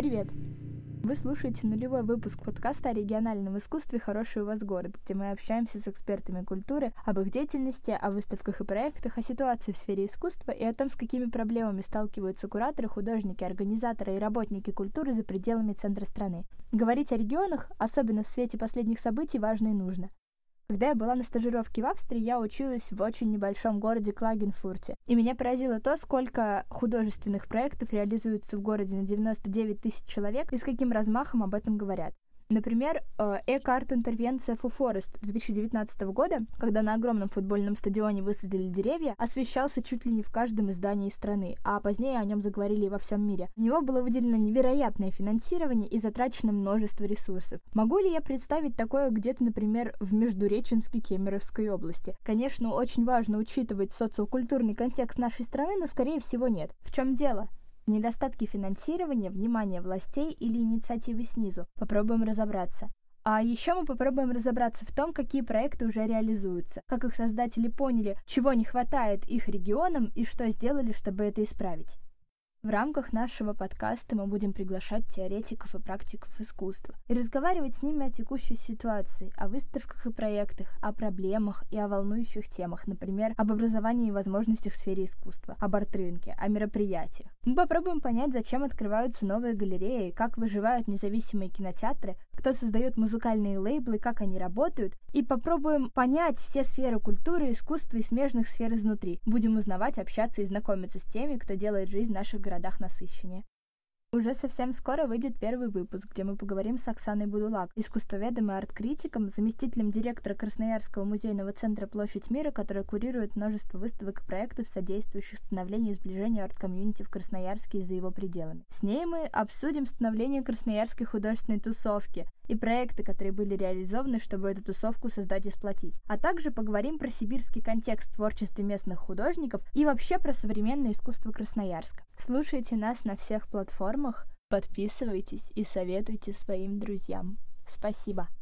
Привет! Вы слушаете нулевой выпуск подкаста о региональном искусстве «Хороший у вас город», где мы общаемся с экспертами культуры об их деятельности, о выставках и проектах, о ситуации в сфере искусства и о том, с какими проблемами сталкиваются кураторы, художники, организаторы и работники культуры за пределами центра страны. Говорить о регионах, особенно в свете последних событий, важно и нужно. Когда я была на стажировке в Австрии, я училась в очень небольшом городе Клагенфурте. И меня поразило то, сколько художественных проектов реализуется в городе на 99 тысяч человек и с каким размахом об этом говорят. Например, эко-арт-интервенция Foo Forest 2019 года, когда на огромном футбольном стадионе высадили деревья, освещался чуть ли не в каждом издании страны, а позднее о нем заговорили и во всем мире. У него было выделено невероятное финансирование и затрачено множество ресурсов. Могу ли я представить такое где-то, например, в Междуреченске Кемеровской области? Конечно, очень важно учитывать социокультурный контекст нашей страны, но, скорее всего, нет. В чем дело? Недостатки финансирования, внимания властей или инициативы снизу. Попробуем разобраться. А еще мы попробуем разобраться в том, какие проекты уже реализуются, как их создатели поняли, чего не хватает их регионам и что сделали, чтобы это исправить. В рамках нашего подкаста мы будем приглашать теоретиков и практиков искусства и разговаривать с ними о текущей ситуации, о выставках и проектах, о проблемах и о волнующих темах, например, об образовании и возможностях в сфере искусства, об арт-рынке, о мероприятиях. Мы попробуем понять, зачем открываются новые галереи, как выживают независимые кинотеатры, кто создает музыкальные лейблы, как они работают, и попробуем понять все сферы культуры, искусства и смежных сфер изнутри. Будем узнавать, общаться и знакомиться с теми, кто делает жизнь наших городах насыщеннее. Уже совсем скоро выйдет первый выпуск, где мы поговорим с Оксаной Будулак, искусствоведом и арт-критиком, заместителем директора Красноярского музейного центра «Площадь мира», который курирует множество выставок и проектов, содействующих становлению и сближению арт-комьюнити в Красноярске и за его пределами. С ней мы обсудим становление Красноярской художественной тусовки и проекты, которые были реализованы, чтобы эту тусовку создать и сплотить. А также поговорим про сибирский контекст в творчестве местных художников и вообще про современное искусство Красноярска. Слушайте нас на всех платформах, подписывайтесь и советуйте своим друзьям. Спасибо!